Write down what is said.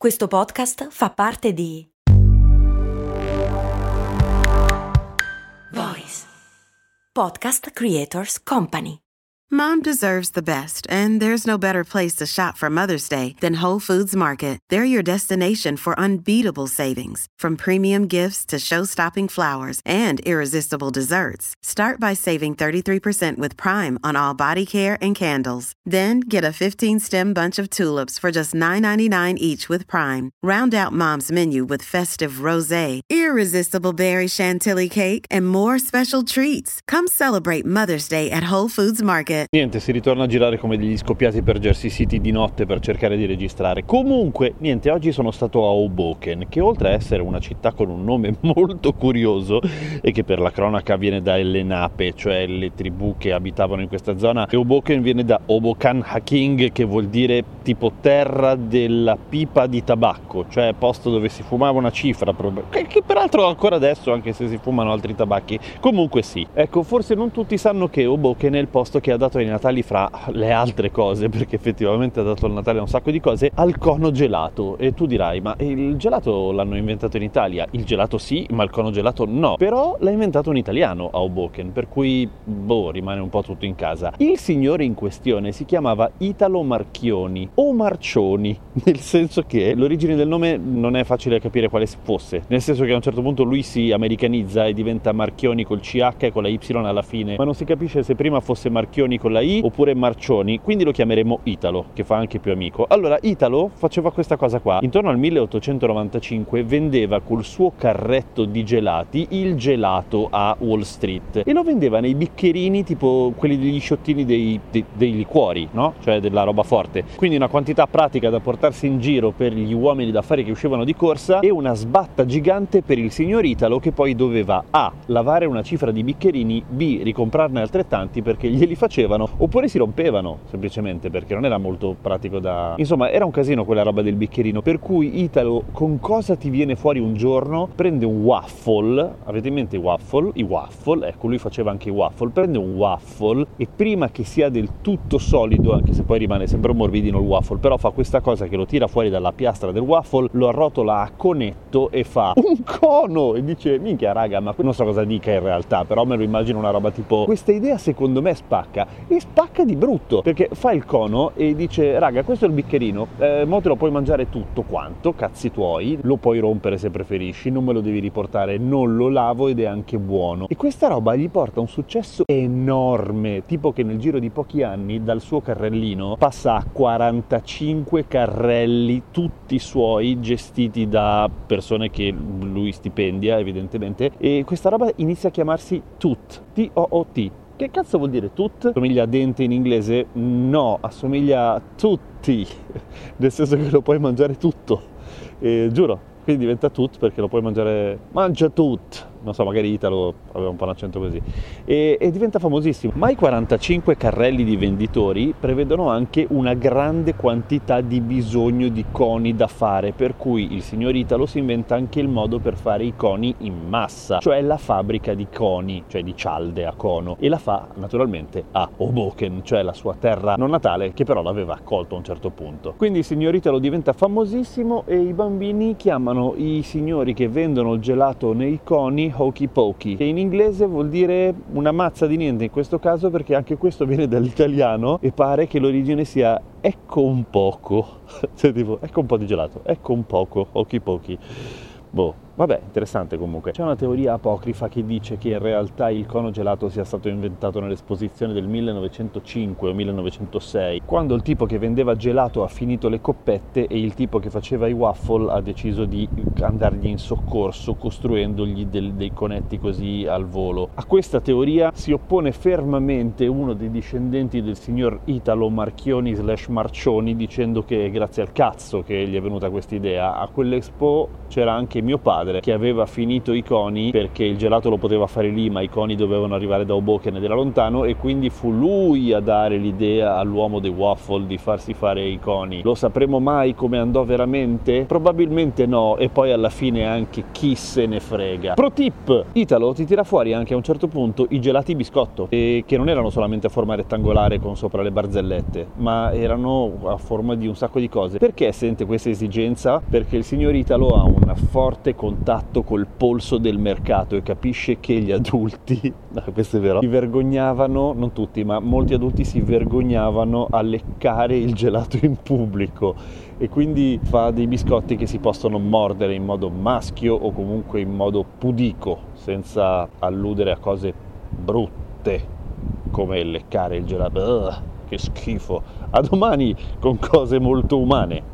Questo podcast fa parte di Voice Podcast Creators Company. Mom deserves the best, and there's no better place to shop for Mother's Day than Whole Foods Market. They're your destination for unbeatable savings, from premium gifts to show-stopping flowers and irresistible desserts. Start by saving 33% with Prime on all body care and candles. Then get a 15-stem bunch of tulips for just $9.99 each with Prime. Round out Mom's menu with festive rosé, irresistible berry chantilly cake, and more special treats. Come celebrate Mother's Day at Whole Foods Market. Niente, si ritorna a girare come degli scoppiati per Jersey City di notte per cercare di registrare. Comunque, niente, oggi sono stato a Hoboken, che oltre a essere una città con un nome molto curioso e che per la cronaca viene da Lenape, cioè le tribù che abitavano in questa zona, e Hoboken viene da Hoboken Haking, che vuol dire tipo terra della pipa di tabacco, cioè posto dove si fumava una cifra, che peraltro ancora adesso, anche se si fumano altri tabacchi. Comunque sì, ecco, forse non tutti sanno che Hoboken è il posto che ha dato ai Natali, fra le altre cose, perché effettivamente ha dato al Natale un sacco di cose, al cono gelato. E tu dirai, ma il gelato l'hanno inventato in Italia? Il gelato sì, ma il cono gelato no. Però l'ha inventato un italiano a Hoboken, per cui rimane un po' tutto in casa. Il signore in questione si chiamava Italo Marchioni o Marcioni, nel senso che l'origine del nome non è facile capire quale fosse, nel senso che a un certo punto lui si americanizza e diventa Marchioni col CH e con la Y alla fine, ma non si capisce se prima fosse Marchioni con la I oppure Marcioni, quindi lo chiameremo Italo, che fa anche più amico. Allora, Italo faceva questa cosa qua. Intorno al 1895 vendeva col suo carretto di gelati il gelato a Wall Street e lo vendeva nei bicchierini tipo quelli degli sciottini dei liquori, no? Cioè della roba forte. Quindi una quantità pratica da portarsi in giro per gli uomini d'affari che uscivano di corsa e una sbatta gigante per il signor Italo, che poi doveva A. lavare una cifra di bicchierini, B. ricomprarne altrettanti perché glieli facevano, oppure si rompevano semplicemente perché non era molto pratico da... Insomma, era un casino quella roba del bicchierino, per cui Italo con cosa ti viene fuori un giorno? Prende un waffle, avete in mente i waffle? I waffle, ecco, lui faceva anche i waffle, prende un waffle e prima che sia del tutto solido, anche se poi rimane sempre un morbidino il waffle, però fa questa cosa che lo tira fuori dalla piastra del waffle, lo arrotola a conetto e fa un cono e dice, minchia raga, ma non so cosa dica in realtà, però me lo immagino una roba tipo, questa idea secondo me spacca, e spacca di brutto, perché fa il cono e dice, raga, questo è il bicchierino, mo te lo puoi mangiare tutto quanto, cazzi tuoi, lo puoi rompere se preferisci, non me lo devi riportare, non lo lavo ed è anche buono. E questa roba gli porta un successo enorme, tipo che nel giro di pochi anni dal suo carrellino passa a 45 carrelli, tutti suoi, gestiti da persone che lui stipendia evidentemente, e questa roba inizia a chiamarsi Toot, T-O-O-T. Che cazzo vuol dire Toot? Assomiglia a dente in inglese? No, assomiglia a tutti, nel senso che lo puoi mangiare tutto, giuro. Quindi diventa Toot perché lo puoi mangiare, mangia Toot, non so, magari Italo aveva un po' un accento così, e diventa famosissimo. Ma i 45 carrelli di venditori prevedono anche una grande quantità di bisogno di coni da fare, per cui il signor Italo si inventa anche il modo per fare i coni in massa, cioè la fabbrica di coni, cioè di cialde a cono, e la fa naturalmente a Hoboken, cioè la sua terra non natale, che però l'aveva accolto a un certo punto. Quindi il signor Italo diventa famosissimo e i bambini chiamano i signori che vendono il gelato nei coni Hokey Pokey, che in inglese vuol dire una mazza di niente in questo caso, perché anche questo viene dall'italiano e pare che l'origine sia ecco un poco, cioè tipo ecco un po' di gelato, ecco un poco, Hokey Pokey. Vabbè, interessante comunque. C'è una teoria apocrifa che dice che in realtà il cono gelato sia stato inventato nell'esposizione del 1905 o 1906, quando il tipo che vendeva gelato ha finito le coppette e il tipo che faceva i waffle ha deciso di andargli in soccorso costruendogli dei conetti così al volo. A questa teoria si oppone fermamente uno dei discendenti del signor Italo Marchioni / Marcioni, dicendo che è grazie al cazzo che gli è venuta questa idea. A quell'Expo c'era anche mio padre, padre che aveva finito i coni, perché il gelato lo poteva fare lì ma i coni dovevano arrivare da Hoboken ed era lontano, e quindi fu lui a dare l'idea all'uomo dei waffle di farsi fare i coni. Lo sapremo mai come andò veramente? Probabilmente no, e poi alla fine anche chi se ne frega. Pro tip: Italo ti tira fuori anche a un certo punto i gelati biscotto, che non erano solamente a forma rettangolare con sopra le barzellette, ma erano a forma di un sacco di cose. Perché sente questa esigenza? Perché il signor Italo ha un forte contatto col polso del mercato e capisce che gli adulti, questo è vero, si vergognavano, non tutti, ma molti adulti si vergognavano a leccare il gelato in pubblico, e quindi fa dei biscotti che si possono mordere in modo maschio o comunque in modo pudico, senza alludere a cose brutte come leccare il gelato. Che schifo. A domani con cose molto umane.